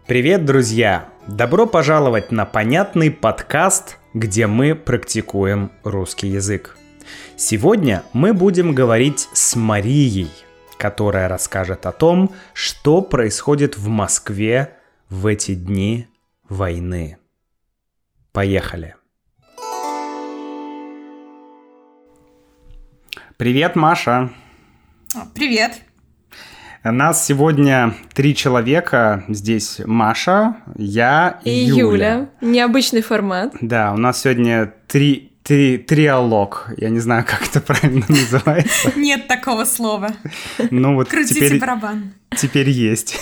Привет, друзья! Добро пожаловать на понятный подкаст, где мы практикуем русский язык. Сегодня мы будем говорить с Марией, которая расскажет о том, что происходит в Москве в эти дни войны. Поехали! Привет, Маша! Привет! Нас сегодня 3 человека. Здесь Маша, я и Юля. Необычный формат. Да, у нас сегодня триалог. Я не знаю, как это правильно называется. Нет такого слова. Ну вот крутите барабан. Теперь есть.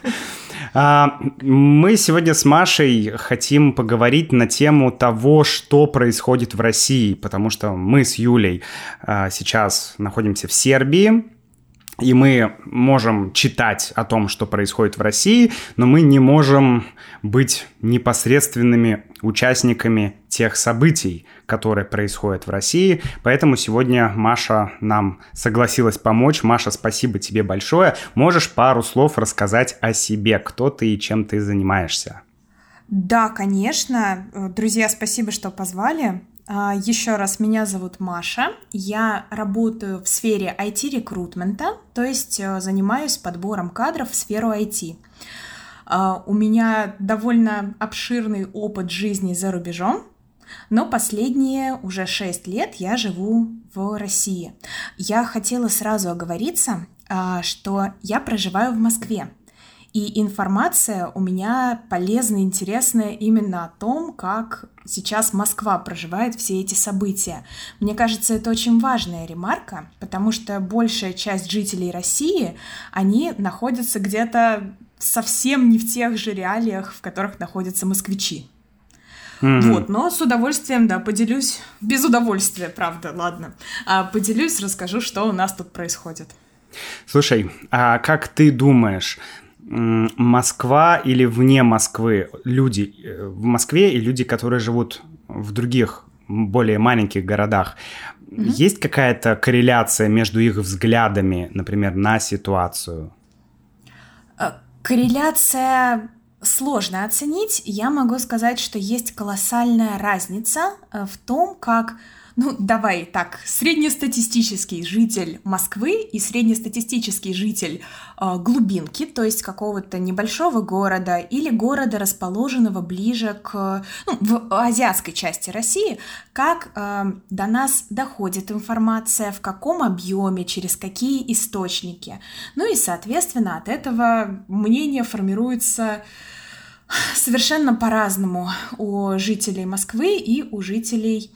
Мы сегодня с Машей хотим поговорить на тему того, что происходит в России, потому что мы с Юлей сейчас находимся в Сербии, и мы можем читать о том, что происходит в России, но мы не можем быть непосредственными участниками тех событий, которые происходят в России. Поэтому сегодня Маша нам согласилась помочь. Маша, спасибо тебе большое. Можешь пару слов рассказать о себе, кто ты и чем ты занимаешься? Да, конечно. Друзья, спасибо, что позвали. Еще раз, меня зовут Маша, я работаю в сфере IT-рекрутмента, то есть занимаюсь подбором кадров в сферу IT. У меня довольно обширный опыт жизни за рубежом, но последние уже 6 лет я живу в России. Я хотела сразу оговориться, что я проживаю в Москве. И информация у меня полезная, интересная именно о том, как сейчас Москва проживает все эти события. Мне кажется, это очень важная ремарка, потому что большая часть жителей России, они находятся где-то совсем не в тех же реалиях, в которых находятся москвичи. Вот, но с удовольствием, да, поделюсь, без удовольствия, правда, ладно, поделюсь, расскажу, что у нас тут происходит. Слушай, а как ты думаешь, Москва или вне Москвы, люди в Москве и люди, которые живут в других, более маленьких городах, есть какая-то корреляция между их взглядами, например, на ситуацию? Корреляция сложно оценить. Я могу сказать, что есть колоссальная разница в том, как... давай так, среднестатистический житель Москвы и среднестатистический житель глубинки, то есть какого-то небольшого города или города, расположенного ближе к, в азиатской части России, как до нас доходит информация, в каком объеме, через какие источники. Ну и, соответственно, от этого мнение формируется совершенно по-разному у жителей Москвы и у жителей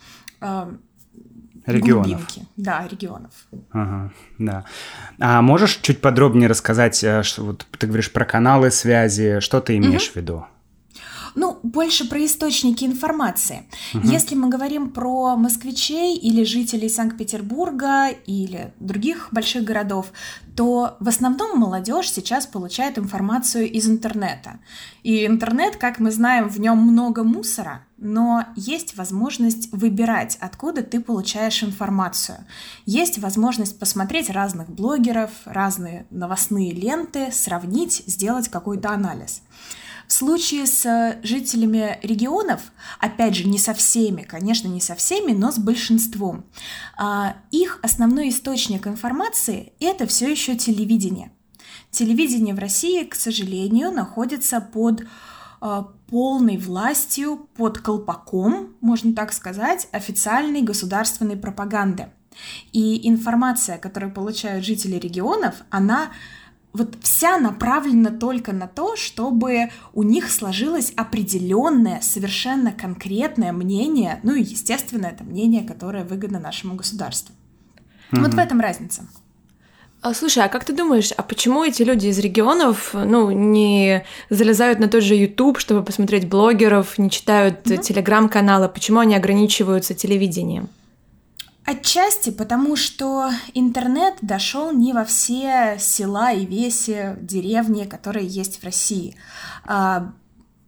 регионов. Глубинки. Да, регионов. Ага, да. А можешь чуть подробнее рассказать, что, вот ты говоришь про каналы связи, что ты имеешь в виду? Больше про источники информации. Если мы говорим про москвичей или жителей Санкт-Петербурга или других больших городов, то в основном молодежь сейчас получает информацию из интернета. И интернет, как мы знаем, в нем много мусора, но есть возможность выбирать, откуда ты получаешь информацию. Есть возможность посмотреть разных блогеров, разные новостные ленты, сравнить, сделать какой-то анализ. В случае с жителями регионов, опять же, не со всеми, конечно, не со всеми, но с большинством, их основной источник информации – это все еще телевидение. Телевидение в России, к сожалению, находится под полной властью, под колпаком, можно так сказать, официальной государственной пропаганды. И информация, которую получают жители регионов, она вся направлена только на то, чтобы у них сложилось определенное, совершенно конкретное мнение, и, естественно, это мнение, которое выгодно нашему государству. Вот в этом разница. Слушай, а как ты думаешь, почему эти люди из регионов, не залезают на тот же YouTube, чтобы посмотреть блогеров, не читают телеграм-каналы, почему они ограничиваются телевидением? Отчасти потому, что интернет дошел не во все села и веси, деревни, которые есть в России.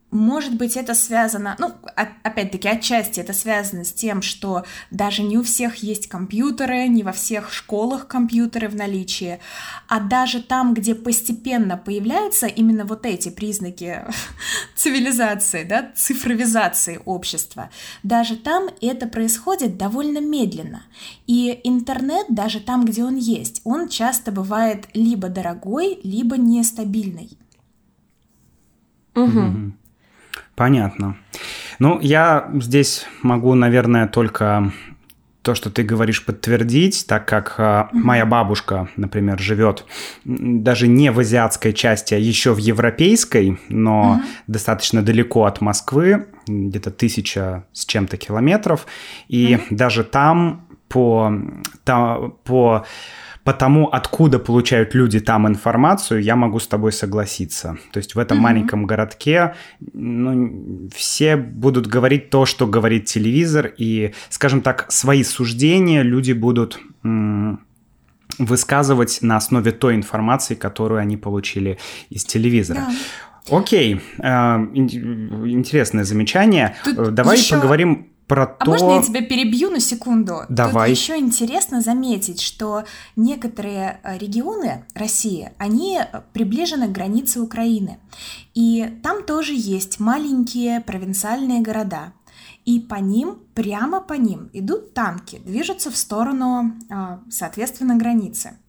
Может быть, это связано, опять-таки, отчасти это связано с тем, что даже не у всех есть компьютеры, не во всех школах компьютеры в наличии, а даже там, где постепенно появляются именно вот эти признаки цивилизации, да, цифровизации общества, даже там это происходит довольно медленно. И интернет, даже там, где он есть, он часто бывает либо дорогой, либо нестабильный. Угу. Понятно. Я здесь могу, наверное, только то, что ты говоришь, подтвердить, так как моя бабушка, например, живет даже не в азиатской части, а еще в европейской, но достаточно далеко от Москвы, где-то 1000 с чем-то километров, и даже там по тому, откуда получают люди там информацию, я могу с тобой согласиться. То есть в этом маленьком городке все будут говорить то, что говорит телевизор, и, скажем так, свои суждения люди будут высказывать на основе той информации, которую они получили из телевизора. Да. Окей, интересное замечание. Давай поговорим про то... можно я тебя перебью на секунду? Давай. Тут еще интересно заметить, что некоторые регионы России, они приближены к границе Украины. И там тоже есть маленькие провинциальные города. И прямо по ним идут танки, движутся в сторону, соответственно, границы.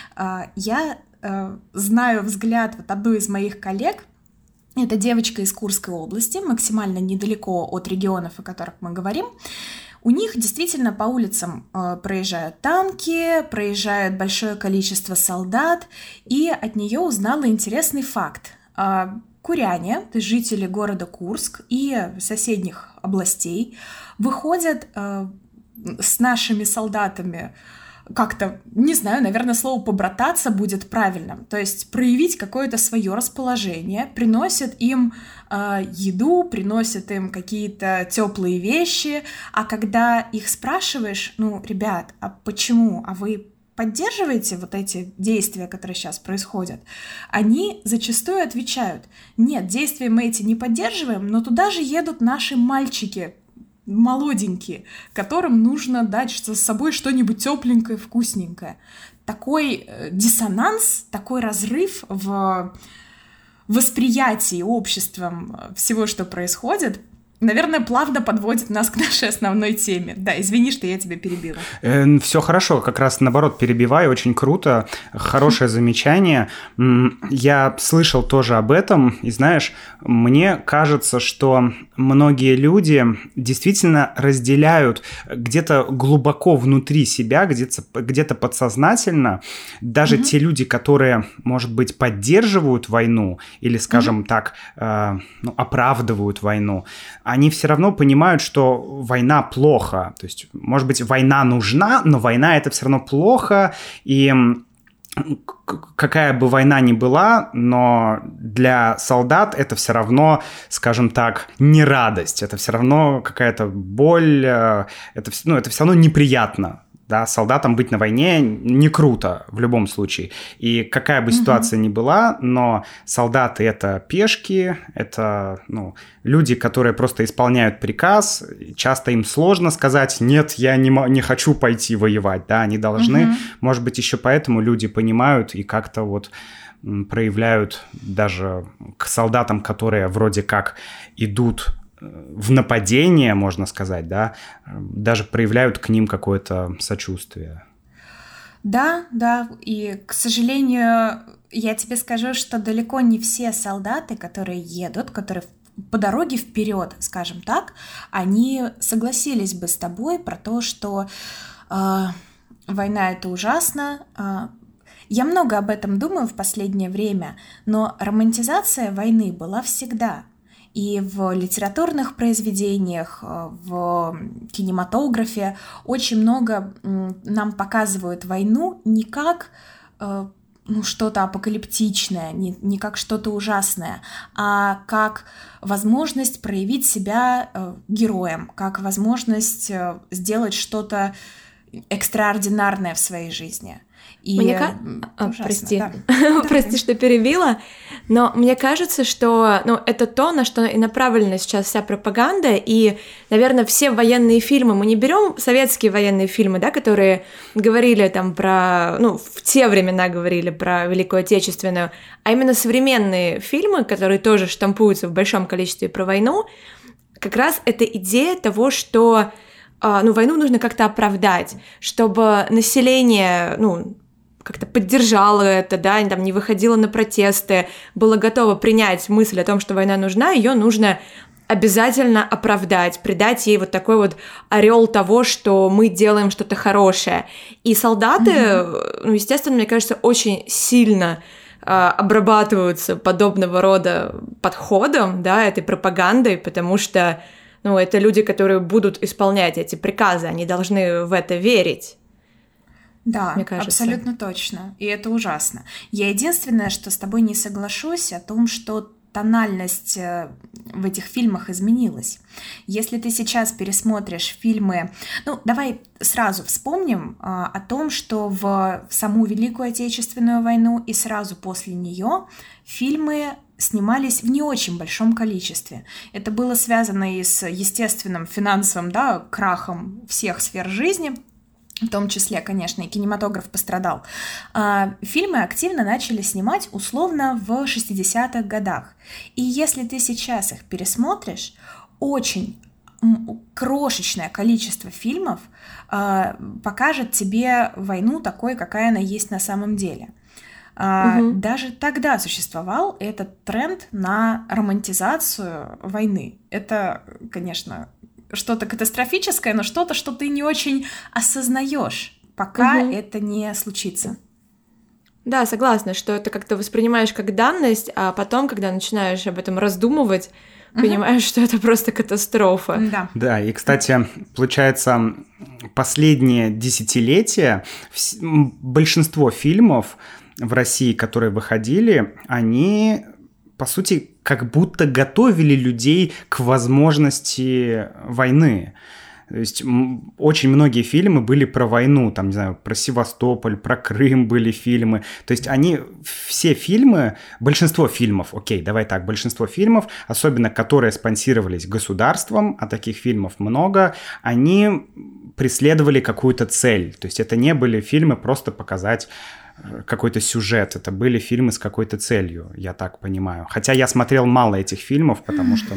Я знаю взгляд одной из моих коллег. Это девочка из Курской области, максимально недалеко от регионов, о которых мы говорим. У них действительно по улицам проезжают танки, проезжает большое количество солдат, и от нее узнала интересный факт. Куряне, то есть жители города Курск и соседних областей, выходят с нашими солдатами как-то, не знаю, наверное, слово «побрататься» будет правильным. То есть проявить какое-то свое расположение, приносят им еду, приносят им какие-то теплые вещи, а когда их спрашиваешь, ребят, а почему, а вы поддерживаете вот эти действия, которые сейчас происходят, они зачастую отвечают: нет, действия мы эти не поддерживаем, но туда же едут наши мальчики, молоденькие, которым нужно дать с собой что-нибудь тепленькое, вкусненькое. Такой диссонанс, такой разрыв в восприятии обществом всего, что происходит, наверное, плавно подводит нас к нашей основной теме. Да, извини, что я тебя перебила. Все хорошо, как раз наоборот перебиваю, очень круто, хорошее замечание. Я слышал тоже об этом, и знаешь, мне кажется, что многие люди действительно разделяют где-то глубоко внутри себя, где-то подсознательно, даже те люди, которые, может быть, поддерживают войну или, скажем так, оправдывают войну, они все равно понимают, что война плохо. То есть, может быть, война нужна, но война — это все равно плохо, и какая бы война ни была, но для солдат это все равно, скажем так, не радость, это все равно какая-то боль, это все равно неприятно. Да, солдатам быть на войне не круто в любом случае. И какая бы ситуация ни была, но солдаты — это пешки, это люди, которые просто исполняют приказ. Часто им сложно сказать: нет, я не хочу пойти воевать. Да, они должны. Может быть, еще поэтому люди понимают и как-то проявляют даже к солдатам, которые вроде как идут в нападение, можно сказать, да, даже проявляют к ним какое-то сочувствие. Да, и, к сожалению, я тебе скажу, что далеко не все солдаты, которые едут, которые по дороге вперед, скажем так, они согласились бы с тобой про то, что война — это ужасно. Я много об этом думаю в последнее время, но романтизация войны была всегда. И в литературных произведениях, в кинематографе очень много нам показывают войну не как что-то апокалиптичное, не как что-то ужасное, а как возможность проявить себя героем, как возможность сделать что-то экстраординарное в своей жизни. И прости, да. Прости, что перебила, но мне кажется, что это то, на что и направлена сейчас вся пропаганда, и, наверное, все военные фильмы, мы не берем советские военные фильмы, да, которые говорили там про, в те времена говорили про Великую Отечественную, а именно современные фильмы, которые тоже штампуются в большом количестве про войну, как раз это идея того, что войну нужно как-то оправдать, чтобы население, как-то поддержало это, да, там не выходило на протесты, было готово принять мысль о том, что война нужна, ее нужно обязательно оправдать, придать ей вот такой вот орел того, что мы делаем что-то хорошее. И солдаты, естественно, мне кажется, очень сильно обрабатываются подобного рода подходом, да, этой пропагандой, потому что, это люди, которые будут исполнять эти приказы, они должны в это верить. Да, абсолютно точно. И это ужасно. Я единственное, что с тобой не соглашусь, о том, что тональность в этих фильмах изменилась. Если ты сейчас пересмотришь фильмы... давай сразу вспомним о том, что в саму Великую Отечественную войну и сразу после нее фильмы снимались в не очень большом количестве. Это было связано и с естественным финансовым, крахом всех сфер жизни, в том числе, конечно, и кинематограф пострадал. Фильмы активно начали снимать условно в 60-х годах. И если ты сейчас их пересмотришь, очень крошечное количество фильмов покажет тебе войну такой, какая она есть на самом деле. Даже тогда существовал этот тренд на романтизацию войны. Это, конечно, что-то катастрофическое, но что-то, что ты не очень осознаешь, пока это не случится. Да, согласна, что это как-то воспринимаешь как данность, а потом, когда начинаешь об этом раздумывать, понимаешь, что это просто катастрофа. Да, и, кстати, получается, последние десятилетия большинство фильмов в России, которые выходили, они, по сути, как будто готовили людей к возможности войны. То есть очень многие фильмы были про войну, там, не знаю, про Севастополь, про Крым были фильмы. То есть все фильмы, большинство фильмов, большинство фильмов, особенно которые спонсировались государством, а таких фильмов много, они преследовали какую-то цель. То есть это не были фильмы просто показать какой-то сюжет, это были фильмы с какой-то целью, я так понимаю. Хотя я смотрел мало этих фильмов, потому что,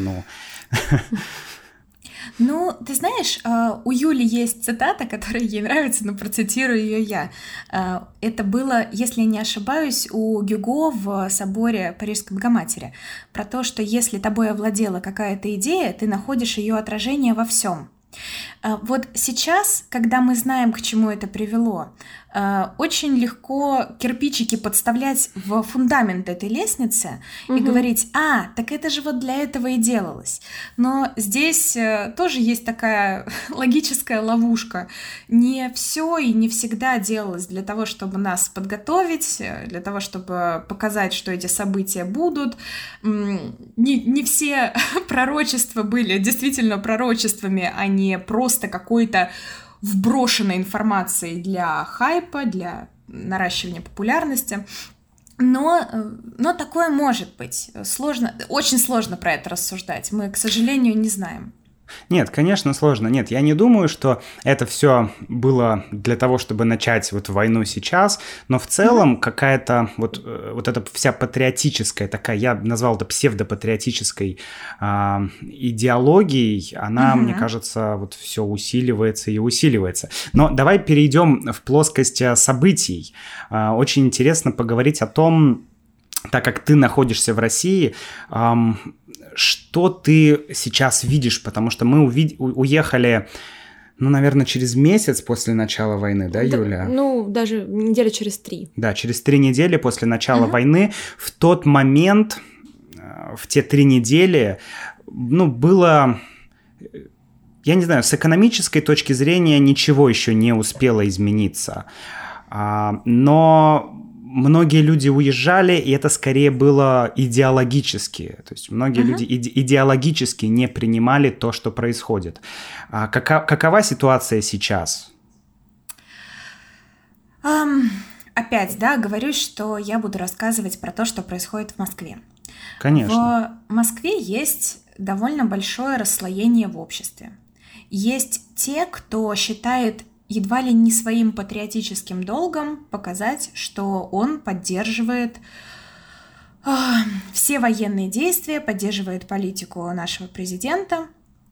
ты знаешь, у Юли есть цитата, которая ей нравится, но процитирую ее я. Это было, если я не ошибаюсь, у Гюго в соборе Парижской Богоматери, про то, что если тобой овладела какая-то идея, ты находишь ее отражение во всем. Вот сейчас, когда мы знаем, к чему это привело, очень легко кирпичики подставлять в фундамент этой лестницы и говорить: так это же вот для этого и делалось. Но здесь тоже есть такая логическая ловушка. Не все и не всегда делалось для того, чтобы нас подготовить, для того, чтобы показать, что эти события будут. Не все пророчества были действительно пророчествами, а не просто какой-то вброшенной информацией для хайпа, для наращивания популярности. Но такое может быть. Очень сложно про это рассуждать. Мы, к сожалению, не знаем. Нет, конечно, сложно. Нет, я не думаю, что это все было для того, чтобы начать вот войну сейчас, но в целом какая-то вот эта вся патриотическая такая, я назвал это псевдопатриотической идеологией, она, мне кажется, вот все усиливается и усиливается. Но давай перейдем в плоскость событий. Очень интересно поговорить о том, так как ты находишься в России, что ты сейчас видишь? Потому что мы уехали, наверное, через месяц после начала войны, да, Юля? Даже недели через 3. Да, через 3 недели после начала войны. В тот момент, в те 3 недели, было... Я не знаю, с экономической точки зрения ничего еще не успело измениться. Но... Многие люди уезжали, и это скорее было идеологически. То есть многие люди идеологически не принимали то, что происходит. Какова ситуация сейчас? опять, да, говорюсь, что я буду рассказывать про то, что происходит в Москве. Конечно. В Москве есть довольно большое расслоение в обществе. Есть те, кто считает едва ли не своим патриотическим долгом показать, что он поддерживает все военные действия, поддерживает политику нашего президента.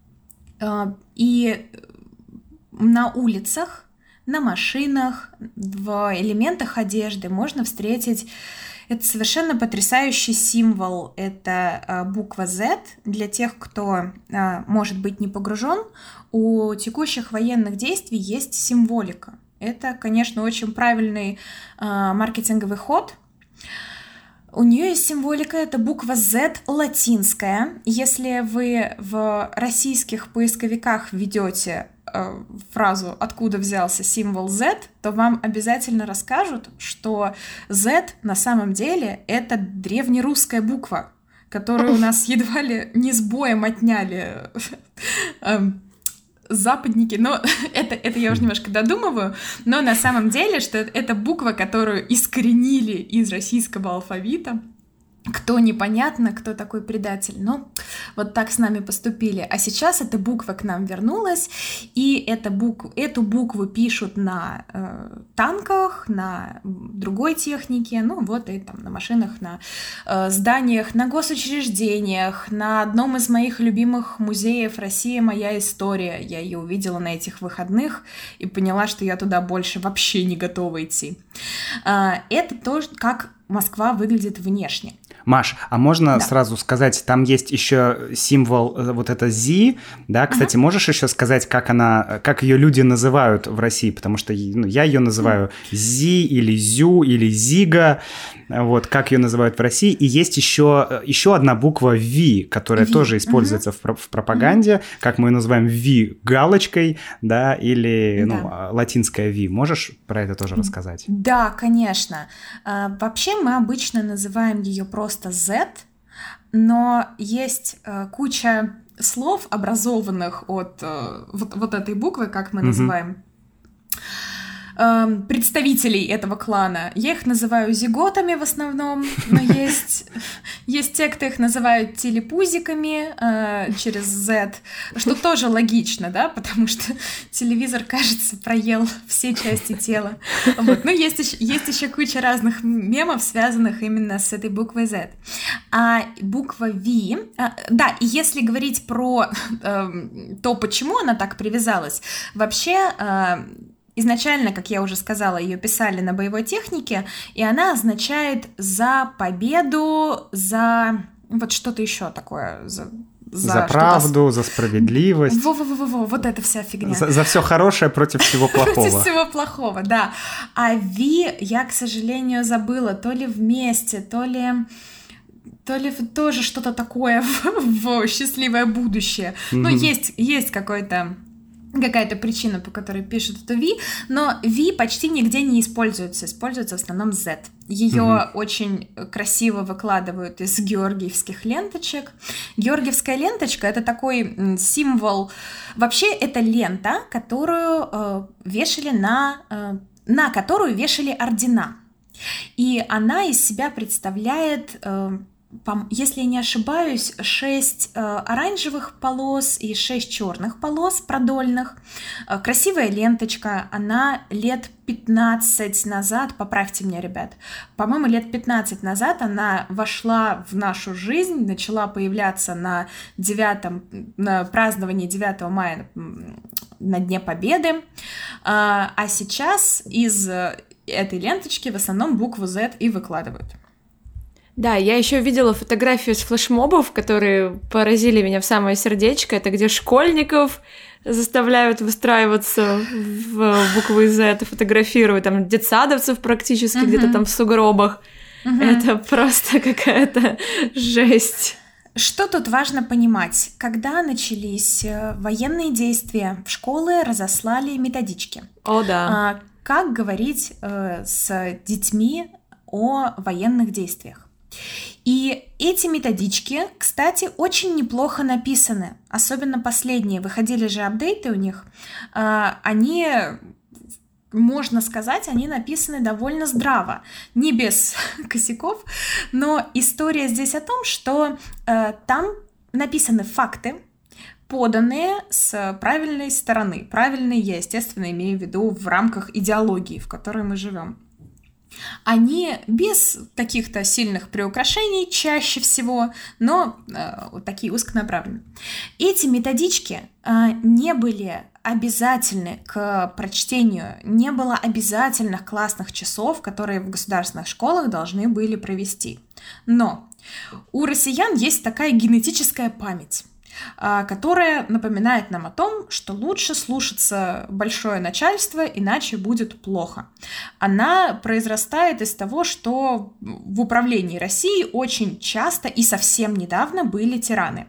И на улицах, на машинах, в элементах одежды можно встретить это совершенно потрясающий символ. Это буква Z. Для тех, кто, может быть, не погружен, у текущих военных действий есть символика. Это, конечно, очень правильный маркетинговый ход. У нее есть символика, это буква Z латинская. Если вы в российских поисковиках введете фразу «откуда взялся символ Z», то вам обязательно расскажут, что Z на самом деле это древнерусская буква, которую у нас едва ли не с боем отняли западники, но это я уже немножко додумываю, но на самом деле, что это буква, которую искоренили из российского алфавита. Кто непонятно, кто такой предатель, но вот так с нами поступили. А сейчас эта буква к нам вернулась, и эту букву пишут на танках, на другой технике, ну вот и там на машинах, на зданиях, на госучреждениях, на одном из моих любимых музеев «Россия. Моя история». Я ее увидела на этих выходных и поняла, что я туда больше вообще не готова идти. Это то, как Москва выглядит внешне. Маш, а можно сразу сказать, там есть еще символ вот это «зи», да? Кстати, можешь еще сказать, как ее люди называют в России? Потому что я ее называю «зи» или «зю» или «зига», вот, как ее называют в России. И есть еще одна буква «ви», которая тоже используется в пропаганде, как мы ее называем «ви» галочкой, да, или латинская «ви». Можешь про это тоже рассказать? Да, конечно. Вообще мы обычно называем ее просто Z, но есть куча слов, образованных от вот этой буквы, как мы называем, представителей этого клана. Я их называю зиготами в основном, но есть те, кто их называют телепузиками через Z, что тоже логично, да, потому что телевизор, кажется, проел все части тела. Вот. Но есть еще куча разных мемов, связанных именно с этой буквой Z. А буква V, да, и если говорить про то, почему она так привязалась, вообще... Изначально, как я уже сказала, ее писали на боевой технике, и она означает «за победу», «за...» вот что-то еще такое, «за правду, за справедливость». Во-во-во-во, вот эта вся фигня. За все хорошее против всего плохого. Против всего плохого, да. А «ви» я, к сожалению, забыла, то ли вместе, то ли тоже что-то такое в счастливое будущее. Но есть какая-то причина, по которой пишут это V, но V почти нигде не используется в основном Z. Ее очень красиво выкладывают из георгиевских ленточек. Георгиевская ленточка — это такой символ... Вообще, это лента, которую вешали на которую вешали ордена. И она из себя представляет... если я не ошибаюсь, 6 оранжевых полос и 6 черных полос продольных. Красивая ленточка, она лет 15 назад, поправьте меня, ребят, по-моему, лет 15 назад она вошла в нашу жизнь, начала появляться на праздновании 9 мая на Дне Победы, а сейчас из этой ленточки в основном букву Z и выкладывают. Да, я еще видела фотографию с флешмобов, которые поразили меня в самое сердечко. Это где школьников заставляют выстраиваться в букву Z, фотографируют там детсадовцев практически где-то там в сугробах. Это просто какая-то жесть. Что тут важно понимать? Когда начались военные действия, в школы разослали методички. О, да. Как говорить с детьми о военных действиях. И эти методички, кстати, очень неплохо написаны, особенно последние, выходили же апдейты у них, они можно сказать, они написаны довольно здраво, не без косяков, но история здесь о том, что там написаны факты, поданные с правильной стороны. Правильные я, естественно, имею в виду в рамках идеологии, в которой мы живем. Они без каких-то сильных приукрашений чаще всего, но такие узконаправленные. Эти методички не были обязательны к прочтению, не было обязательных классных часов, которые в государственных школах должны были провести. Но у россиян есть такая генетическая память, которая напоминает нам о том, что лучше слушаться большое начальство, иначе будет плохо. Она произрастает из того, что в управлении Россией очень часто и совсем недавно были тираны.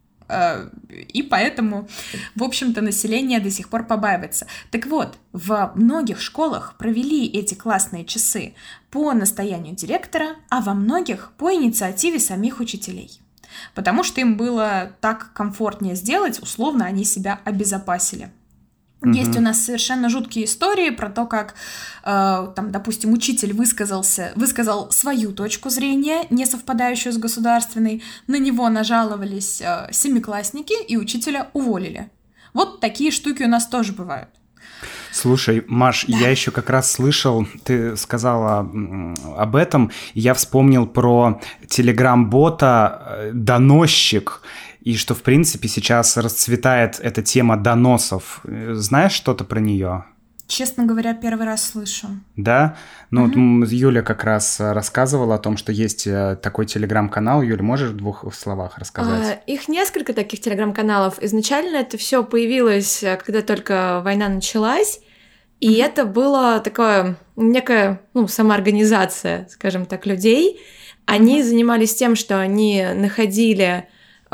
И поэтому, в общем-то, население до сих пор побаивается. Так вот, в многих школах провели эти классные часы по настоянию директора, а во многих по инициативе самих учителей. Потому что им было так комфортнее сделать, условно они себя обезопасили. Есть у нас совершенно жуткие истории про то, как, там, допустим, учитель высказал свою точку зрения, не совпадающую с государственной, на него нажаловались семиклассники и учителя уволили. Вот такие штуки у нас тоже бывают. Слушай, Маш, да. Я еще как раз слышал, ты сказала об этом, я вспомнил про телеграм-бота «Доносчик», и что, в принципе, сейчас расцветает эта тема доносов. Знаешь что-то про нее? Честно говоря, первый раз слышу. Да? Ну, вот Юля как раз рассказывала о том, что есть такой телеграм-канал. Юля, можешь в 2 словах рассказать? Их несколько таких телеграм-каналов. Изначально это все появилось, когда только война началась, и это было такое, некая, самоорганизация, скажем так, людей. Они занимались тем, что они находили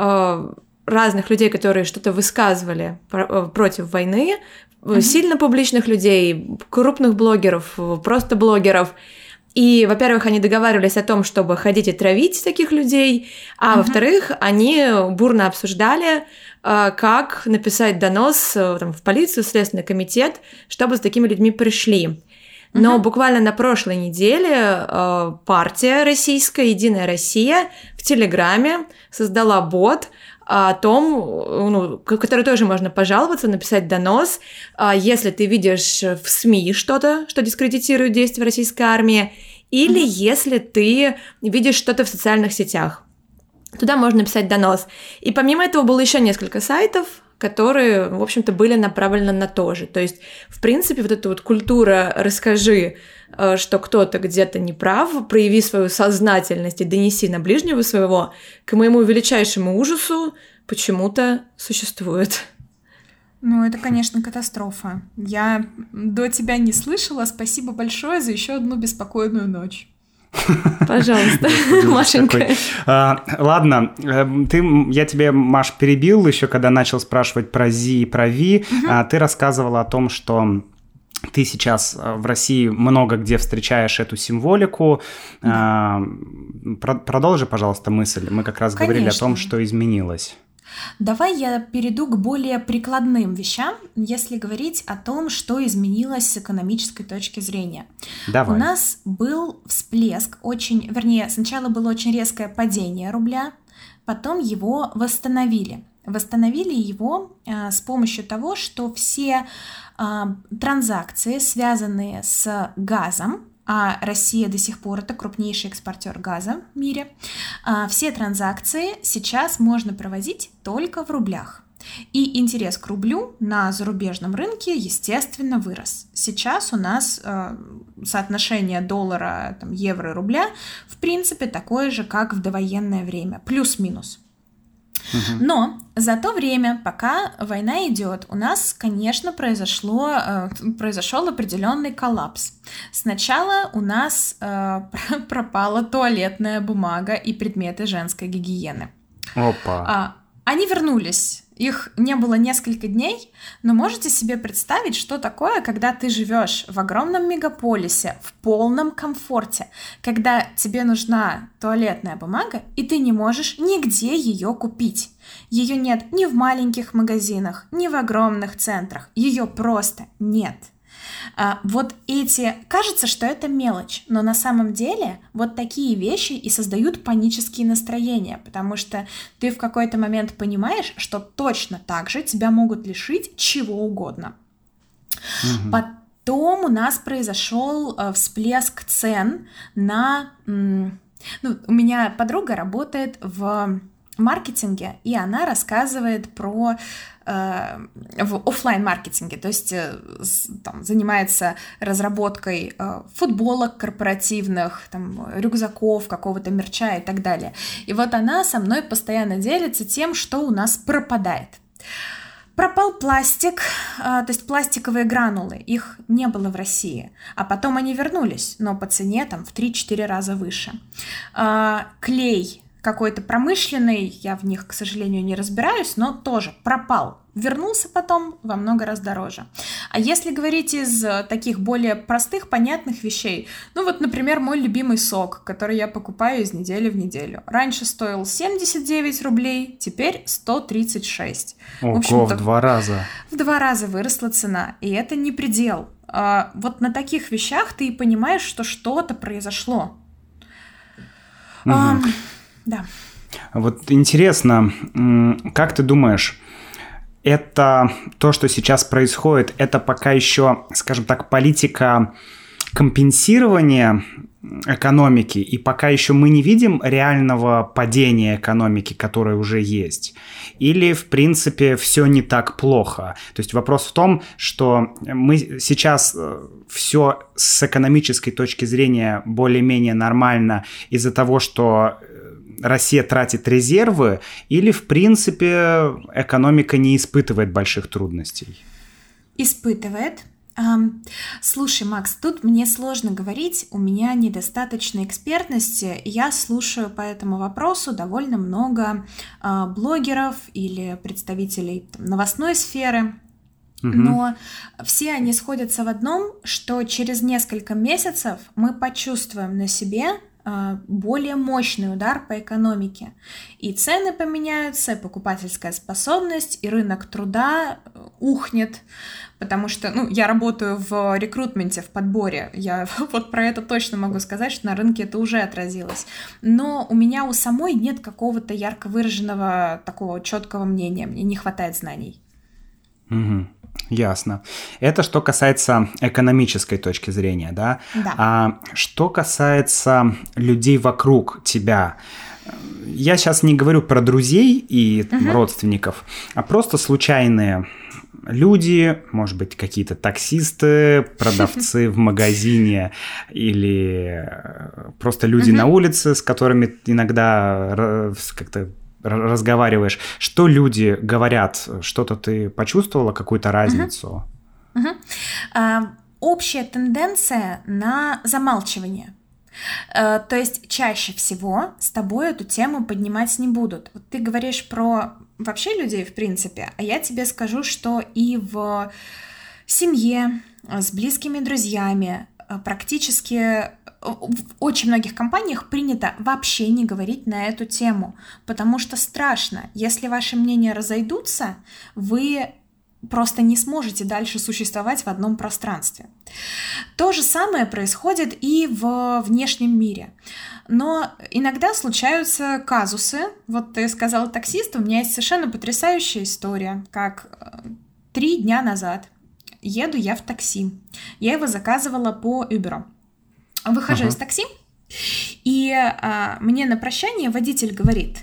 разных людей, которые что-то высказывали против войны, сильно публичных людей, крупных блогеров, просто блогеров. И, во-первых, они договаривались о том, чтобы ходить и травить таких людей, а во-вторых, они бурно обсуждали, как написать донос в полицию, в Следственный комитет, чтобы с такими людьми пришли. Но буквально на прошлой неделе партия российская, «Единая Россия», в Телеграме создала бот о том, который тоже можно пожаловаться, написать донос, если ты видишь в СМИ что-то, что дискредитирует действия российской армии, или если ты видишь что-то в социальных сетях. Туда можно написать донос. И помимо этого было еще несколько сайтов, которые, в общем-то, были направлены на то же. То есть, в принципе, вот эта вот культура «расскажи, что кто-то где-то неправ, прояви свою сознательность и донеси на ближнего своего», к моему величайшему ужасу почему-то существует. Ну, это, конечно, катастрофа. Я до тебя не слышала. Спасибо большое за еще одну беспокойную ночь. Пожалуйста, Машенька. Ладно, я тебе, Маш, перебил еще, когда начал спрашивать про ЗИ и про ВИ. Ты рассказывала о том, что ты сейчас в России много где встречаешь эту символику. Продолжи, пожалуйста, мысль. Мы как раз говорили о том, что изменилось. Давай я перейду к более прикладным вещам, если говорить о том, что изменилось с экономической точки зрения. Давай. У нас был всплеск, сначала было очень резкое падение рубля, потом его восстановили. Восстановили его с помощью того, что все транзакции, связанные с газом, а Россия до сих пор это крупнейший экспортер газа в мире, все транзакции сейчас можно проводить только в рублях. И интерес к рублю на зарубежном рынке, естественно, вырос. Сейчас у нас соотношение доллара, евро и рубля, в принципе, такое же, как в довоенное время, плюс-минус. Но за то время, пока война идет, у нас, конечно, произошел определенный коллапс. Сначала у нас пропала туалетная бумага и предметы женской гигиены. Опа. Они вернулись. Их не было несколько дней, но можете себе представить, что такое, когда ты живешь в огромном мегаполисе, в полном комфорте, когда тебе нужна туалетная бумага, и ты не можешь нигде ее купить. Ее нет ни в маленьких магазинах, ни в огромных центрах. Ее просто нет. Вот кажется, что это мелочь, но на самом деле вот такие вещи и создают панические настроения, потому что ты в какой-то момент понимаешь, что точно так же тебя могут лишить чего угодно. Потом у нас произошел всплеск цен на... у меня подруга работает в маркетинге, и она рассказывает про в офлайн-маркетинге, то есть там, занимается разработкой футболок корпоративных, там, рюкзаков, какого-то мерча и так далее. И вот она со мной постоянно делится тем, что у нас пропадает. Пропал пластик, то есть пластиковые гранулы, их не было в России, а потом они вернулись, но по цене там в 3-4 раза выше. Клей какой-то промышленный, я в них, к сожалению, не разбираюсь, но тоже пропал. Вернулся потом во много раз дороже. А если говорить из таких более простых, понятных вещей, например, мой любимый сок, который я покупаю из недели в неделю. Раньше стоил 79 рублей, теперь 136. Ого, в 2 раза. В 2 раза выросла цена, и это не предел. Вот на таких вещах ты и понимаешь, что что-то произошло. Да. Вот интересно, как ты думаешь, это то, что сейчас происходит, это пока еще, скажем так, политика компенсирования экономики, и пока еще мы не видим реального падения экономики, которое уже есть? Или, в принципе, все не так плохо? То есть вопрос в том, что мы сейчас все с экономической точки зрения более-менее нормально из-за того, что Россия тратит резервы, или, в принципе, экономика не испытывает больших трудностей? Испытывает. Слушай, Макс, тут мне сложно говорить, у меня недостаточно экспертности, я слушаю по этому вопросу довольно много блогеров или представителей новостной сферы, но все они сходятся в одном, что через несколько месяцев мы почувствуем на себе более мощный удар по экономике. И цены поменяются, и покупательская способность, и рынок труда ухнет, потому что, я работаю в рекрутменте, в подборе, я вот про это точно могу сказать, что на рынке это уже отразилось. Но у меня у самой нет какого-то ярко выраженного такого четкого мнения, мне не хватает знаний. Ясно. Это что касается экономической точки зрения, да? Да. А что касается людей вокруг тебя, я сейчас не говорю про друзей и родственников, а просто случайные люди, может быть, какие-то таксисты, продавцы в магазине или просто люди на улице, с которыми иногда как-то разговариваешь. Что люди говорят? Что-то ты почувствовала, какую-то разницу? Общая тенденция на замалчивание. То есть чаще всего с тобой эту тему поднимать не будут. Вот ты говоришь про вообще людей, в принципе, а я тебе скажу, что и в семье, с близкими друзьями практически в очень многих компаниях принято вообще не говорить на эту тему, потому что страшно. Если ваши мнения разойдутся, вы просто не сможете дальше существовать в одном пространстве. То же самое происходит и в внешнем мире. Но иногда случаются казусы. Вот ты сказала таксист, у меня есть совершенно потрясающая история, как 3 дня назад еду я в такси. Я его заказывала по Uber. Выхожу из такси, и мне на прощание водитель говорит: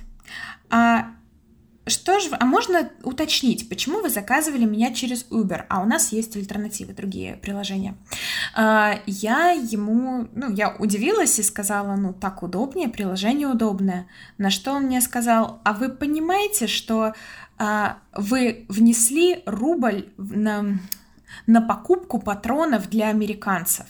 можно уточнить, почему вы заказывали меня через Uber, а у нас есть альтернативы, другие приложения. Я ему, я удивилась и сказала: так удобнее, приложение удобное. На что он мне сказал: а вы понимаете, что вы внесли рубль на покупку патронов для американцев?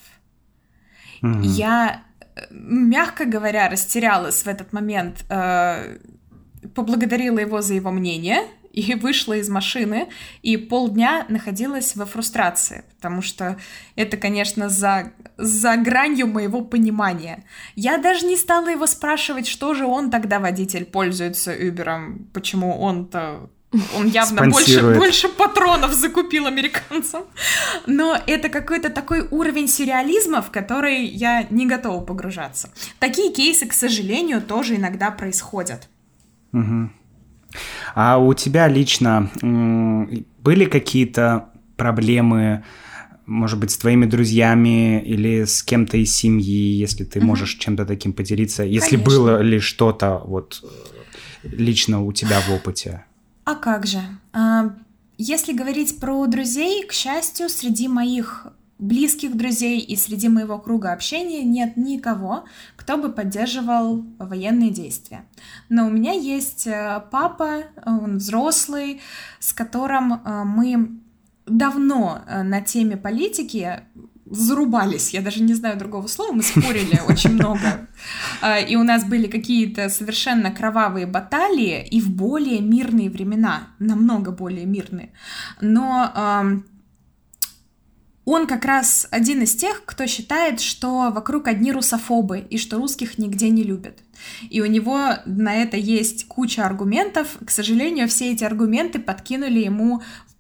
Я, мягко говоря, растерялась в этот момент, поблагодарила его за его мнение и вышла из машины, и полдня находилась во фрустрации, потому что это, конечно, за гранью моего понимания. Я даже не стала его спрашивать, что же он тогда, водитель, пользуется Uber'ом, почему он-то Он явно больше патронов закупил американцам. Но это какой-то такой уровень сюрреализма, в который я не готова погружаться. Такие кейсы, к сожалению, тоже иногда происходят. Угу. А у тебя лично были какие-то проблемы, может быть, с твоими друзьями или с кем-то из семьи, если ты можешь чем-то таким поделиться? Если Конечно. было ли что-то вот лично у тебя в опыте? А как же? Если говорить про друзей, к счастью, среди моих близких друзей и среди моего круга общения нет никого, кто бы поддерживал военные действия. Но у меня есть папа, он взрослый, с которым мы давно на теме политики зарубались, я даже не знаю другого слова, мы спорили очень много, и у нас были какие-то совершенно кровавые баталии и в более мирные времена, намного более мирные, но он как раз один из тех, кто считает, что вокруг одни русофобы и что русских нигде не любят. И у него на это есть куча аргументов. К сожалению, все эти аргументы подкинули ему в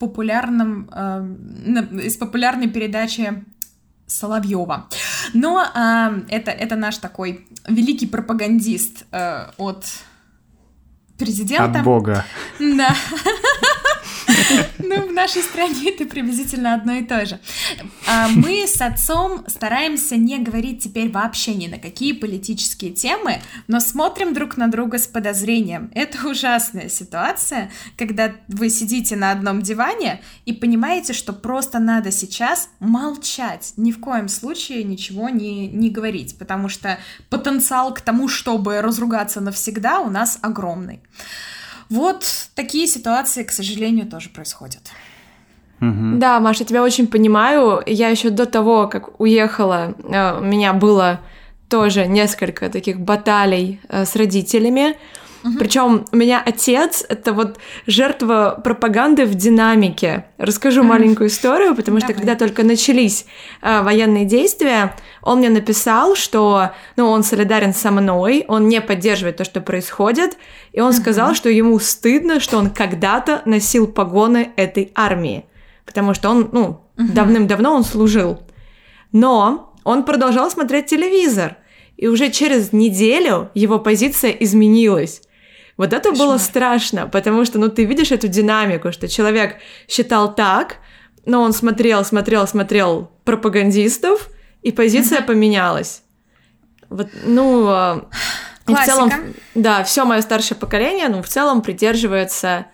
из популярной передачи Соловьева. Но это наш такой великий пропагандист от президента. От Бога. Да. Ну, в нашей стране это приблизительно одно и то же. Мы с отцом стараемся не говорить теперь вообще ни на какие политические темы, но смотрим друг на друга с подозрением. Это ужасная ситуация, когда вы сидите на одном диване и понимаете, что просто надо сейчас молчать, ни в коем случае ничего не говорить, потому что потенциал к тому, чтобы разругаться навсегда, у нас огромный. Вот такие ситуации, к сожалению, тоже происходят. Да, Маша, я тебя очень понимаю. Я еще до того, как уехала, у меня было тоже несколько таких баталий с родителями. Причем у меня отец — это вот жертва пропаганды в динамике. Расскажу маленькую историю, потому что когда только начались военные действия, он мне написал, что он солидарен со мной, он не поддерживает то, что происходит, и он сказал, что ему стыдно, что он когда-то носил погоны этой армии, потому что он, давным-давно он служил. Но он продолжал смотреть телевизор, и уже через неделю его позиция изменилась. Вот это было страшно, потому что, ты видишь эту динамику, что человек считал так, но он смотрел пропагандистов, и позиция поменялась. Вот, и в целом, да, все мое старшее поколение, в целом придерживается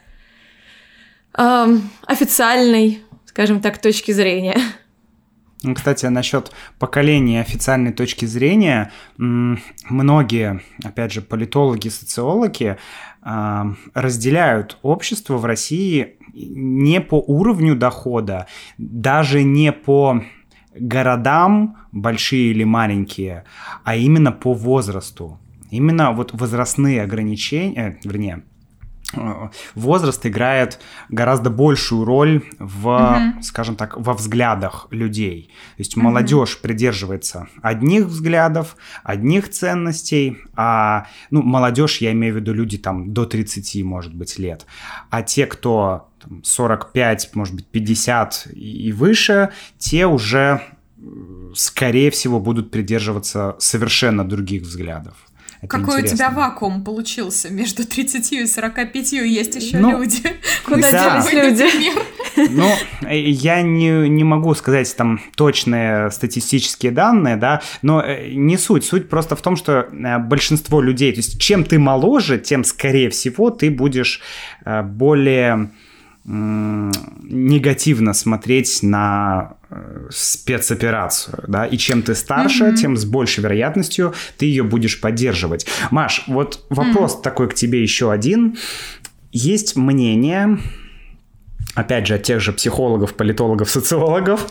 официальной, скажем так, точки зрения. Кстати, насчет поколения официальной точки зрения, многие, опять же, политологи, социологи разделяют общество в России не по уровню дохода, даже не по городам, большие или маленькие, а именно по возрасту. Именно вот возрастные ограничения, возраст играет гораздо большую роль скажем так, во взглядах людей. То есть молодежь придерживается одних взглядов, одних ценностей, а молодежь, я имею в виду люди там до 30, может быть, лет, а те, кто 45, может быть, 50 и выше, те уже, скорее всего, будут придерживаться совершенно других взглядов. Это какой интересно. У тебя вакуум получился между 30 и 45, есть еще люди. Куда делись люди? Я не могу сказать там точные статистические данные, да, но не суть. Суть просто в том, что большинство людей, то есть чем ты моложе, тем, скорее всего, ты будешь более негативно смотреть на спецоперацию, да, и чем ты старше, тем с большей вероятностью ты ее будешь поддерживать. Маш, вот вопрос такой к тебе еще один. Есть мнение, опять же, от тех же психологов, политологов, социологов,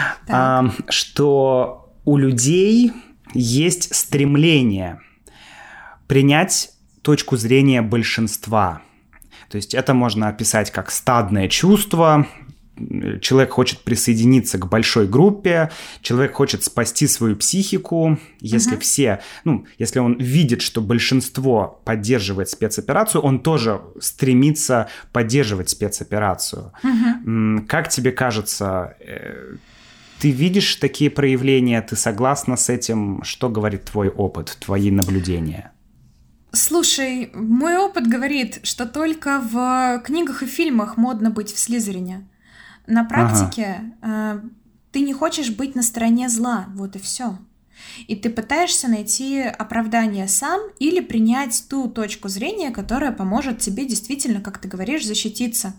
что у людей есть стремление принять точку зрения большинства. То есть это можно описать как стадное чувство, человек хочет присоединиться к большой группе, человек хочет спасти свою психику, если если он видит, что большинство поддерживает спецоперацию, он тоже стремится поддерживать спецоперацию. Как тебе кажется, ты видишь такие проявления, ты согласна с этим? Что говорит твой опыт, твои наблюдения? Слушай, мой опыт говорит, что только в книгах и фильмах модно быть в Слизерине. На практике ты не хочешь быть на стороне зла, вот и все. И ты пытаешься найти оправдание сам или принять ту точку зрения, которая поможет тебе действительно, как ты говоришь, защититься.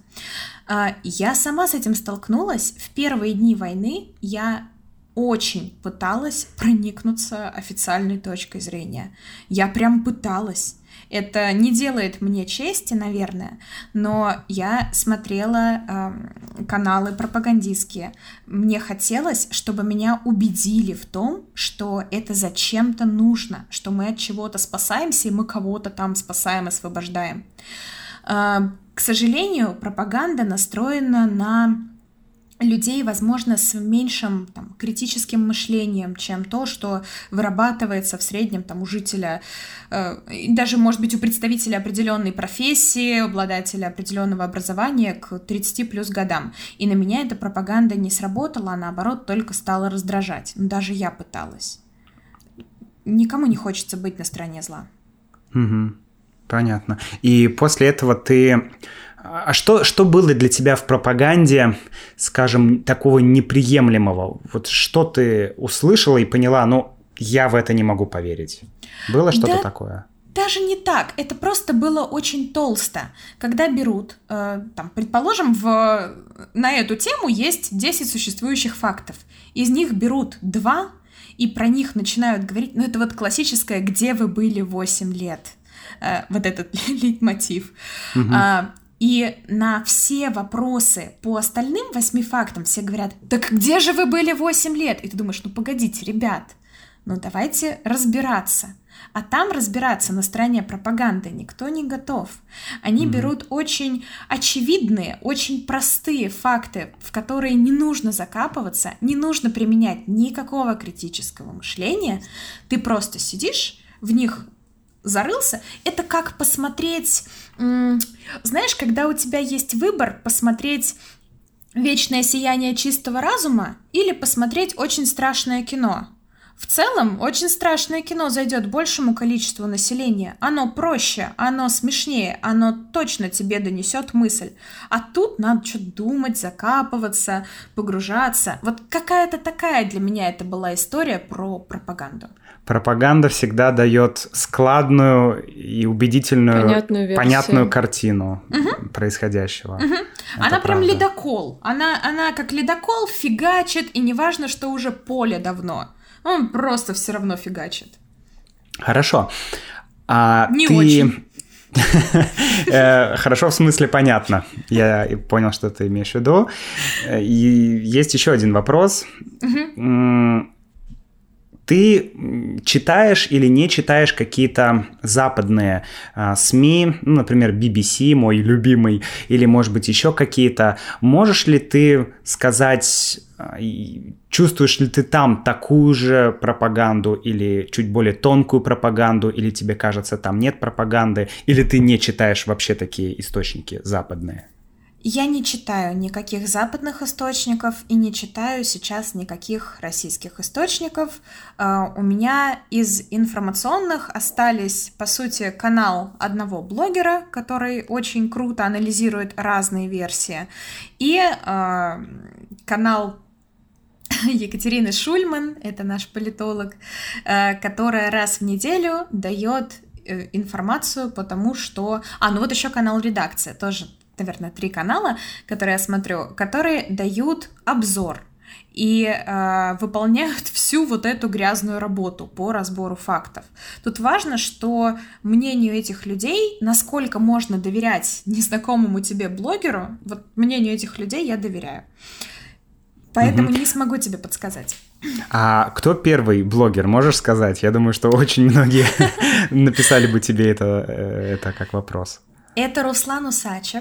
Я сама с этим столкнулась. В первые дни войны я очень пыталась проникнуться официальной точкой зрения. Я прям пыталась. Это не делает мне чести, наверное, но я смотрела каналы пропагандистские. Мне хотелось, чтобы меня убедили в том, что это зачем-то нужно, что мы от чего-то спасаемся, и мы кого-то там спасаем, освобождаем. К сожалению, пропаганда настроена на людей, возможно, с меньшим критическим мышлением, чем то, что вырабатывается в среднем у жителя, даже, может быть, у представителя определенной профессии, обладателя определенного образования к 30 плюс годам. И на меня эта пропаганда не сработала, а наоборот, только стала раздражать. Даже я пыталась. Никому не хочется быть на стороне зла. Понятно. И после этого ты... А что было для тебя в пропаганде, скажем, такого неприемлемого? Вот что ты услышала и поняла, я в это не могу поверить? Было что-то такое? Даже не так. Это просто было очень толсто. Когда берут, предположим, на эту тему есть 10 существующих фактов. Из них берут 2, и про них начинают говорить, это вот классическое «где вы были 8 лет?» Вот этот лейтмотив. И на все вопросы по остальным 8 фактам все говорят: так где же вы были 8 лет? И ты думаешь, погодите, ребят, давайте разбираться. А там разбираться на стороне пропаганды никто не готов. Они берут очень очевидные, очень простые факты, в которые не нужно закапываться, не нужно применять никакого критического мышления. Ты просто сидишь, в них зарылся. Это как посмотреть, знаешь, когда у тебя есть выбор, посмотреть «Вечное сияние чистого разума» или посмотреть очень страшное кино. В целом, очень страшное кино зайдет большему количеству населения. Оно проще, оно смешнее, оно точно тебе донесет мысль. А тут надо что-то думать, закапываться, погружаться. Вот какая-то такая для меня это была история про пропаганду. Пропаганда всегда дает складную и убедительную, понятную картину происходящего. Она прям ледокол. Она как ледокол фигачит, и неважно, что уже поле давно. Он просто все равно фигачит. Хорошо. Не очень. Хорошо, в смысле понятно. Я понял, что ты имеешь в виду. И есть еще один вопрос. Ты читаешь или не читаешь какие-то западные СМИ, например, BBC, мой любимый, или, может быть, еще какие-то. Можешь ли ты сказать, чувствуешь ли ты там такую же пропаганду или чуть более тонкую пропаганду, или тебе кажется, там нет пропаганды, или ты не читаешь вообще такие источники западные? Я не читаю никаких западных источников и не читаю сейчас никаких российских источников. У меня из информационных остались, по сути, канал одного блогера, который очень круто анализирует разные версии, и канал Екатерины Шульман, это наш политолог, которая раз в неделю дает информацию по тому, что... вот еще канал «Редакция», тоже, наверное, 3 канала, которые я смотрю, которые дают обзор и выполняют всю вот эту грязную работу по разбору фактов. Тут важно, что мнению этих людей, насколько можно доверять незнакомому тебе блогеру, вот мнению этих людей я доверяю. Поэтому не смогу тебе подсказать. А кто первый блогер, можешь сказать? Я думаю, что очень многие написали бы тебе это как вопрос. Это Руслан Усачев,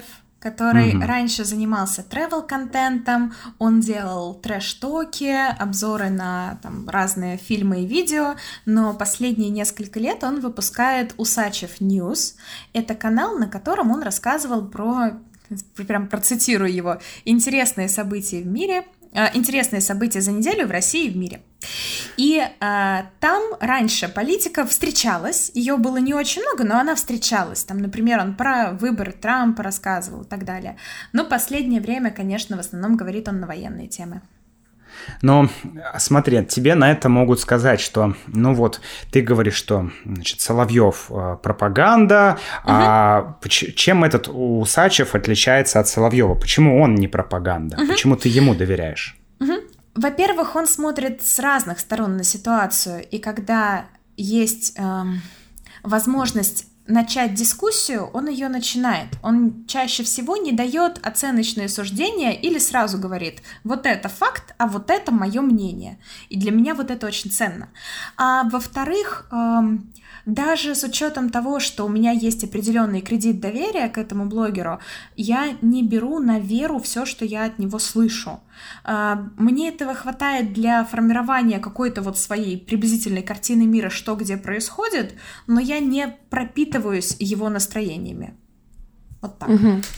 который раньше занимался travel-контентом, он делал трэш-токи, обзоры на там разные фильмы и видео, но последние несколько лет он выпускает Усачев News. Это канал, на котором он рассказывал прям процитирую его, интересные события в мире, интересные события за неделю в России и в мире. И там раньше политика встречалась, ее было не очень много, но она встречалась. Там, например, он про выборы Трампа рассказывал и так далее. Но последнее время, конечно, в основном говорит он на военные темы. Но смотри, тебе на это могут сказать, что, ну вот, ты говоришь, что, значит, Соловьев пропаганда, а чем этот Усачев отличается от Соловьева? Почему он не пропаганда? Почему ты ему доверяешь? Во-первых, он смотрит с разных сторон на ситуацию, и когда есть возможность начать дискуссию, он ее начинает. Он чаще всего не дает оценочные суждения или сразу говорит: вот это факт, а вот это мое мнение. И для меня вот это очень ценно. А во-вторых, даже с учетом того, что у меня есть определенный кредит доверия к этому блогеру, я не беру на веру все, что я от него слышу. Мне этого хватает для формирования какой-то вот своей приблизительной картины мира, что где происходит, но я не пропитываюсь его настроениями. Вот так.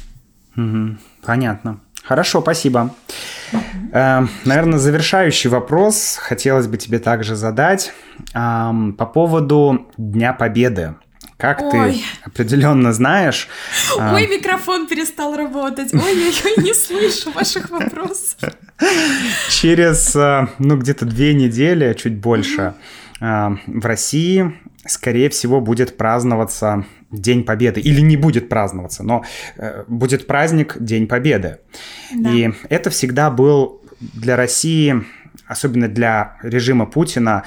Понятно. Хорошо, спасибо. Наверное, завершающий вопрос хотелось бы тебе также задать по поводу Дня Победы. Как ты определенно знаешь... Ой, микрофон перестал работать. Ой-ой-ой, не слышу ваших вопросов. Через, где-то 2 недели, чуть больше, в России, скорее всего, будет праздноваться День Победы. Или не будет праздноваться, но будет праздник День Победы. Да. И это всегда был для России, особенно для режима Путина,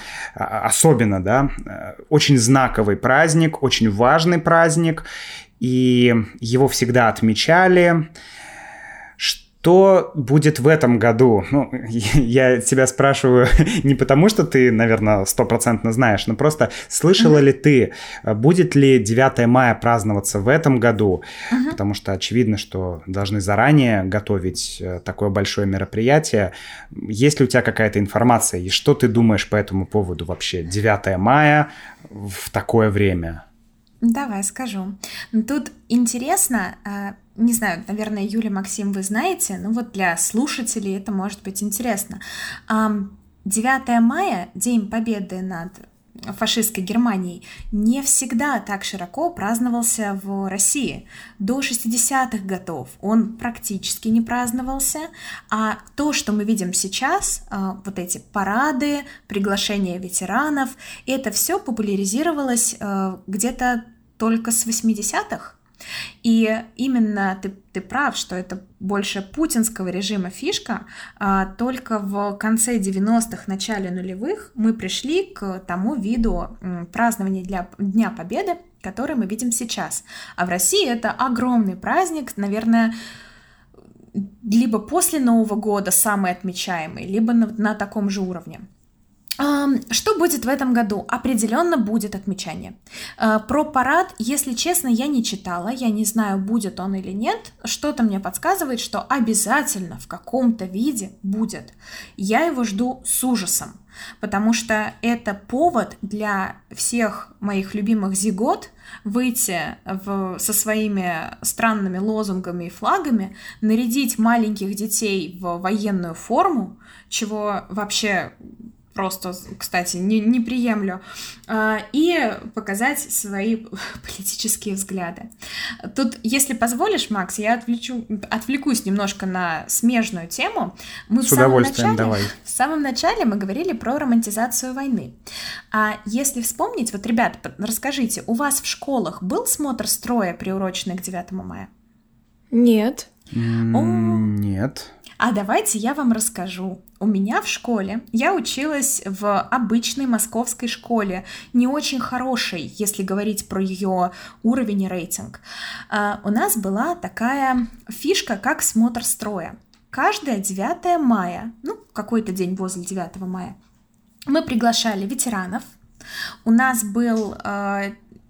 очень знаковый праздник, очень важный праздник, и его всегда отмечали. Что будет в этом году? Ну, я тебя спрашиваю не потому, что ты, наверное, 100% знаешь, но просто слышала ли ты, будет ли 9 мая праздноваться в этом году? Потому что очевидно, что должны заранее готовить такое большое мероприятие. Есть ли у тебя какая-то информация? И что ты думаешь по этому поводу вообще? 9 мая в такое время? Давай скажу. Тут интересно... Не знаю, наверное, Юля, Максим, вы знаете, но вот для слушателей это может быть интересно. 9 мая, День Победы над фашистской Германией, не всегда так широко праздновался в России. До 60-х годов он практически не праздновался, а то, что мы видим сейчас, вот эти парады, приглашения ветеранов, это все популяризировалось где-то только с 80-х. И именно ты прав, что это больше путинского режима фишка, только в конце 90-х, начале нулевых мы пришли к тому виду празднования Дня Победы, который мы видим сейчас. А в России это огромный праздник, наверное, либо после Нового года самый отмечаемый, либо на таком же уровне. Что будет в этом году? Определенно будет отмечание. Про парад, если честно, я не читала, я не знаю, будет он или нет. Что-то мне подсказывает, что обязательно в каком-то виде будет. Я его жду с ужасом, потому что это повод для всех моих любимых зигот выйти со своими странными лозунгами и флагами, нарядить маленьких детей в военную форму, чего вообще... просто, кстати, не приемлю, и показать свои политические взгляды. Тут, если позволишь, Макс, я отвлекусь немножко на смежную тему. Мы с удовольствием, давай. В самом начале мы говорили про романтизацию войны. А если вспомнить, вот, ребят, расскажите, у вас в школах был смотр строя, приуроченный к 9 мая? Нет. Нет. А давайте я вам расскажу. У меня в школе, я училась в обычной московской школе, не очень хорошей, если говорить про ее уровень и рейтинг. У нас была такая фишка, как смотр строя. Каждое 9 мая, какой-то день возле 9 мая, мы приглашали ветеранов. У нас был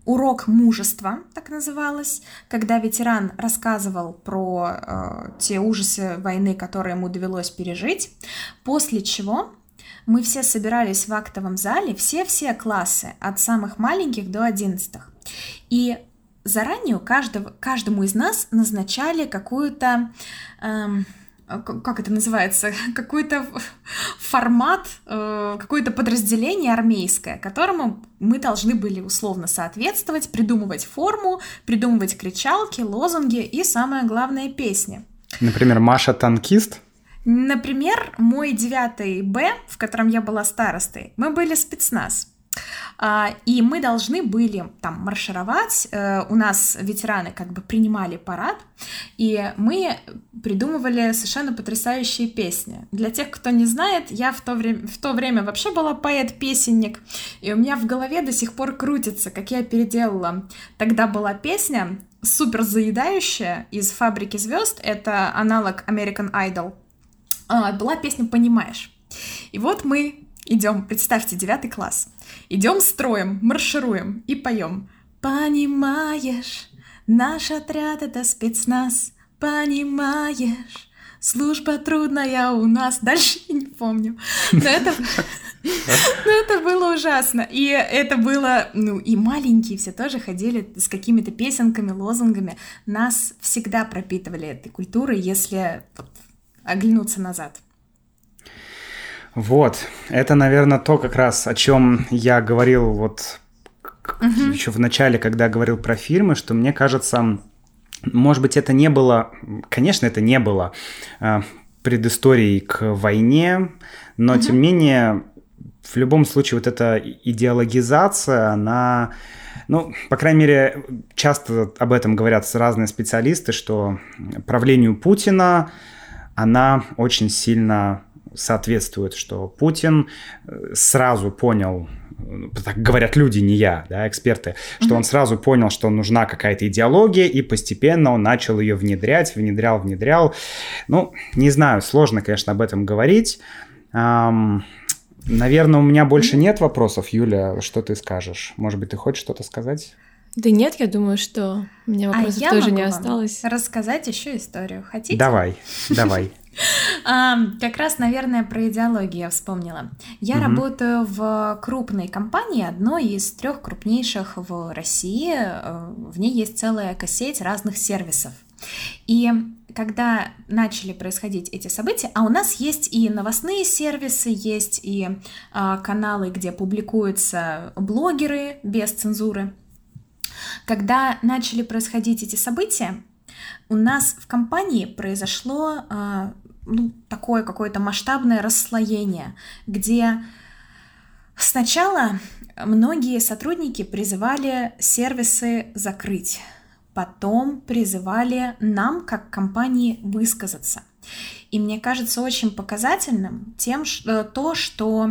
урок мужества, так называлось, когда ветеран рассказывал про те ужасы войны, которые ему довелось пережить, после чего мы все собирались в актовом зале, все классы, от самых маленьких до 11-х, и заранее каждому из нас назначали какую-то... как это называется, какой-то формат, какое-то подразделение армейское, которому мы должны были условно соответствовать, придумывать форму, придумывать кричалки, лозунги и, самое главное, песни. Например, Маша танкист? Например, мой 9 Б, в котором я была старостой, мы были спецназ. И мы должны были там маршировать, у нас ветераны как бы принимали парад, и мы придумывали совершенно потрясающие песни. Для тех, кто не знает, я в то время вообще была поэт-песенник, и у меня в голове до сих пор крутится, как я переделала. Тогда была песня супер заедающая из «Фабрики звезд», это аналог American Idol. Была песня «Понимаешь». И вот мы идем, представьте, 9 класс. Идем строем, маршируем и поем. Понимаешь, наш отряд — это спецназ. Понимаешь, служба трудная у нас. Дальше я не помню. Но это было ужасно. И это было... и маленькие все тоже ходили с какими-то песенками, лозунгами. Нас всегда пропитывали этой культурой, если оглянуться назад. Вот, это, наверное, то как раз, о чем я говорил вот еще в начале, когда говорил про фильмы, что мне кажется, может быть, это не было, конечно, это не было предысторией к войне, но, тем не менее, в любом случае, вот эта идеологизация, она, по крайней мере, часто об этом говорят разные специалисты, что правлению Путина она очень сильно соответствует, что Путин сразу понял, так говорят люди, не я, да, эксперты, что он сразу понял, что нужна какая-то идеология, и постепенно он начал ее внедрял. Не знаю, сложно, конечно, об этом говорить. Наверное, у меня больше нет вопросов. Юля, что ты скажешь? Может быть, ты хочешь что-то сказать? Да нет, я думаю, что у меня вопросов тоже не осталось. Рассказать еще историю. Хотите? Давай. Как раз, наверное, про идеологию я вспомнила. Я работаю в крупной компании, одной из 3 крупнейших в России. В ней есть целая экосеть разных сервисов. И когда начали происходить эти события, а у нас есть и новостные сервисы, есть и каналы, где публикуются блогеры без цензуры. Когда начали происходить эти события, у нас в компании произошло такое какое-то масштабное расслоение, где сначала многие сотрудники призывали сервисы закрыть, потом призывали нам, как компании, высказаться. И мне кажется очень показательным то, что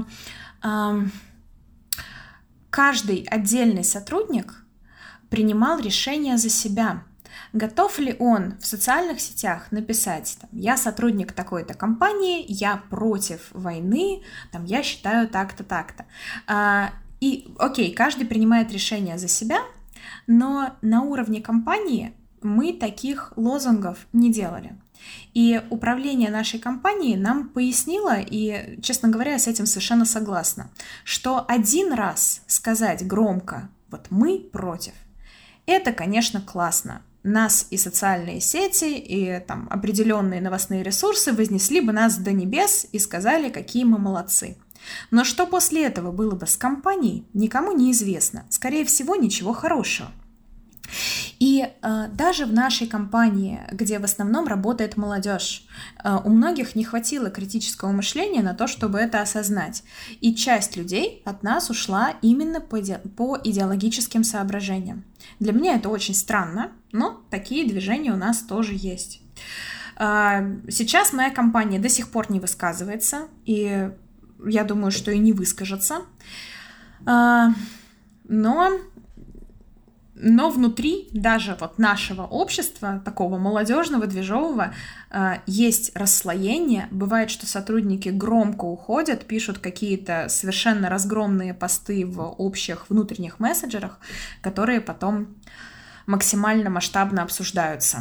каждый отдельный сотрудник принимал решение за себя. Готов ли он в социальных сетях написать, я сотрудник такой-то компании, я против войны, я считаю так-то, так-то. И окей, каждый принимает решение за себя, но на уровне компании мы таких лозунгов не делали. И управление нашей компании нам пояснило, и, честно говоря, я с этим совершенно согласна, что один раз сказать громко «мы против», это, конечно, классно. Нас и социальные сети, и определенные новостные ресурсы вознесли бы нас до небес и сказали, какие мы молодцы. Но что после этого было бы с компанией, никому не известно. Скорее всего, ничего хорошего. И даже в нашей компании, где в основном работает молодежь, у многих не хватило критического мышления на то, чтобы это осознать. И часть людей от нас ушла именно по идеологическим соображениям. Для меня это очень странно, но такие движения у нас тоже есть. Сейчас моя компания до сих пор не высказывается, и я думаю, что и не выскажется. Но Но внутри даже вот нашего общества, такого молодежного, движового, есть расслоение. Бывает, что сотрудники громко уходят, пишут какие-то совершенно разгромные посты в общих внутренних мессенджерах, которые потом максимально масштабно обсуждаются.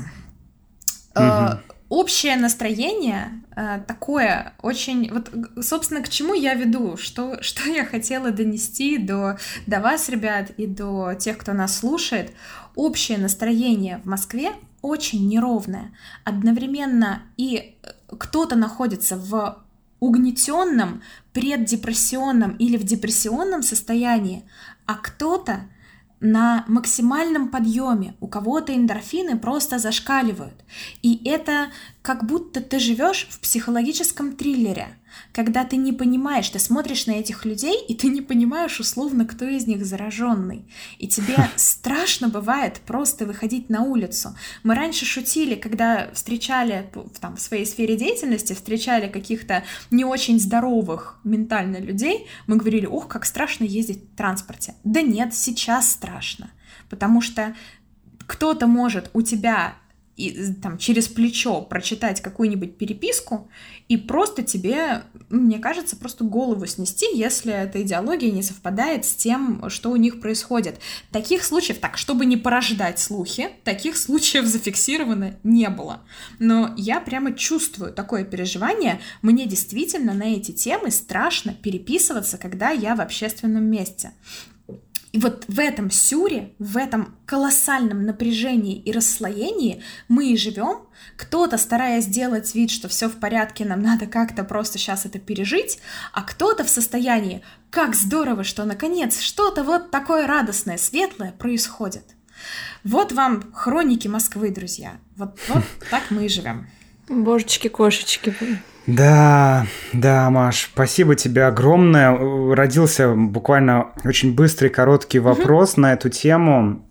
Общее настроение такое очень... Вот, собственно, к чему я веду? Что я хотела донести до вас, ребят, и до тех, кто нас слушает. Общее настроение в Москве очень неровное. Одновременно и кто-то находится в угнетенном, преддепрессионном или в депрессионном состоянии, а кто-то на максимальном подъеме, у кого-то эндорфины просто зашкаливают. И это как будто ты живешь в психологическом триллере, когда ты не понимаешь, ты смотришь на этих людей, и ты не понимаешь условно, кто из них зараженный. И тебе страшно бывает просто выходить на улицу. Мы раньше шутили, когда встречали в своей сфере деятельности, встречали каких-то не очень здоровых ментально людей, мы говорили: ох, как страшно ездить в транспорте. Да нет, сейчас страшно, потому что кто-то может у тебя через плечо прочитать какую-нибудь переписку и просто тебе, мне кажется, просто голову снести, если эта идеология не совпадает с тем, что у них происходит. Таких случаев, чтобы не порождать слухи, таких случаев зафиксировано не было. Но я прямо чувствую такое переживание. Мне действительно на эти темы страшно переписываться, когда я в общественном месте. И вот в этом сюре, в этом колоссальном напряжении и расслоении мы и живем. Кто-то, стараясь сделать вид, что все в порядке, нам надо как-то просто сейчас это пережить, а кто-то в состоянии: как здорово, что наконец что-то вот такое радостное, светлое происходит. Вот вам хроники Москвы, друзья. Вот так мы и живем. Божечки-кошечки. Да, Маш, спасибо тебе огромное. Родился буквально очень быстрый, короткий вопрос на эту тему.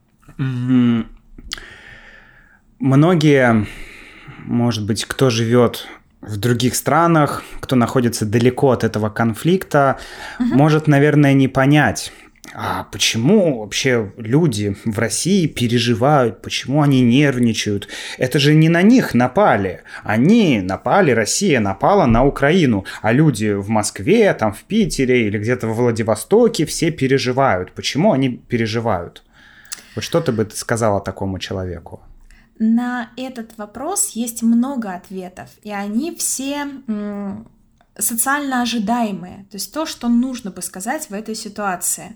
Многие, может быть, кто живет в других странах, кто находится далеко от этого конфликта, может, наверное, не понять, а почему вообще люди в России переживают, почему они нервничают? Это же не на них напали. Они напали, Россия напала на Украину, а люди в Москве, там в Питере или где-то во Владивостоке все переживают. Почему они переживают? Вот что ты бы сказала такому человеку? На этот вопрос есть много ответов, и они все социально ожидаемые, то есть то, что нужно бы сказать в этой ситуации.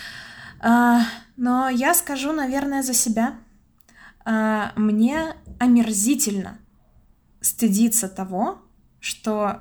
Но я скажу, наверное, за себя. Мне омерзительно стыдиться того, что,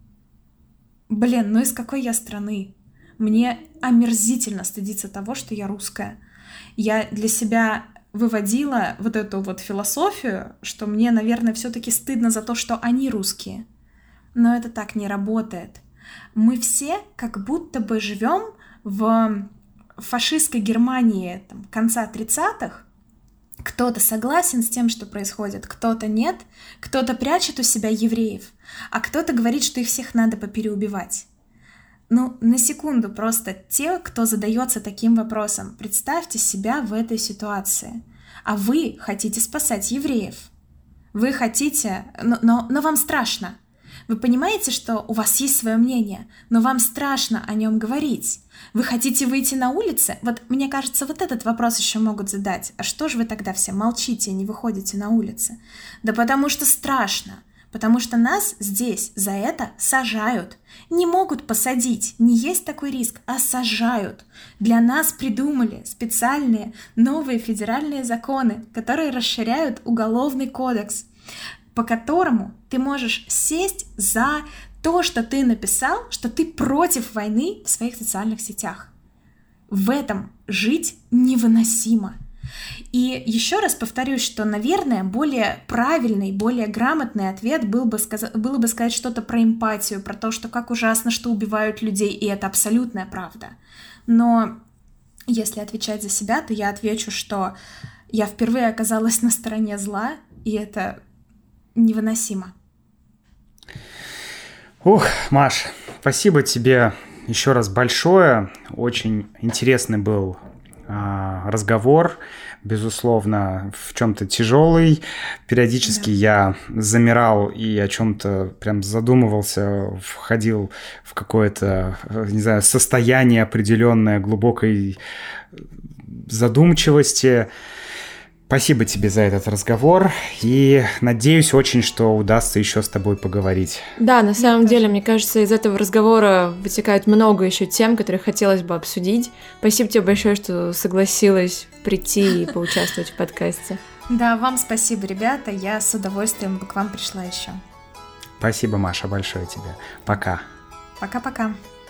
из какой я страны? Мне омерзительно стыдиться того, что я русская. Я для себя выводила вот эту вот философию, что мне, наверное, все-таки стыдно за то, что они русские. Но это так не работает. Мы все как будто бы живем в фашистской Германии конца 30-х. Кто-то согласен с тем, что происходит, кто-то нет, кто-то прячет у себя евреев, а кто-то говорит, что их всех надо попереубивать. На секунду просто те, кто задается таким вопросом, представьте себя в этой ситуации. А вы хотите спасать евреев. Вы хотите, но вам страшно. Вы понимаете, что у вас есть свое мнение, но вам страшно о нем говорить. Вы хотите выйти на улицы? Вот мне кажется, вот этот вопрос еще могут задать. А что же вы тогда все молчите и не выходите на улицы? Да потому что страшно. Потому что нас здесь за это сажают. Не могут посадить, не есть такой риск, а сажают. Для нас придумали специальные новые федеральные законы, которые расширяют уголовный кодекс, по которому ты можешь сесть за то, что ты написал, что ты против войны в своих социальных сетях. В этом жить невыносимо. И еще раз повторюсь, что, наверное, более правильный, более грамотный ответ было бы сказать что-то про эмпатию, про то, что как ужасно, что убивают людей, и это абсолютная правда. Но если отвечать за себя, то я отвечу, что я впервые оказалась на стороне зла, и это невыносимо. Маш, спасибо тебе еще раз большое. Очень интересный был разговор, безусловно, в чем-то тяжелый. Периодически я замирал и о чем-то прям задумывался, входил в какое-то, не знаю, состояние определенное глубокой задумчивости. Спасибо тебе за этот разговор, и надеюсь очень, что удастся еще с тобой поговорить. Да, на самом деле, мне кажется, из этого разговора вытекает много еще тем, которые хотелось бы обсудить. Спасибо тебе большое, что согласилась прийти и поучаствовать в подкасте. Да, вам спасибо, ребята, я с удовольствием бы к вам пришла еще. Спасибо, Маша, большое тебе. Пока. Пока-пока.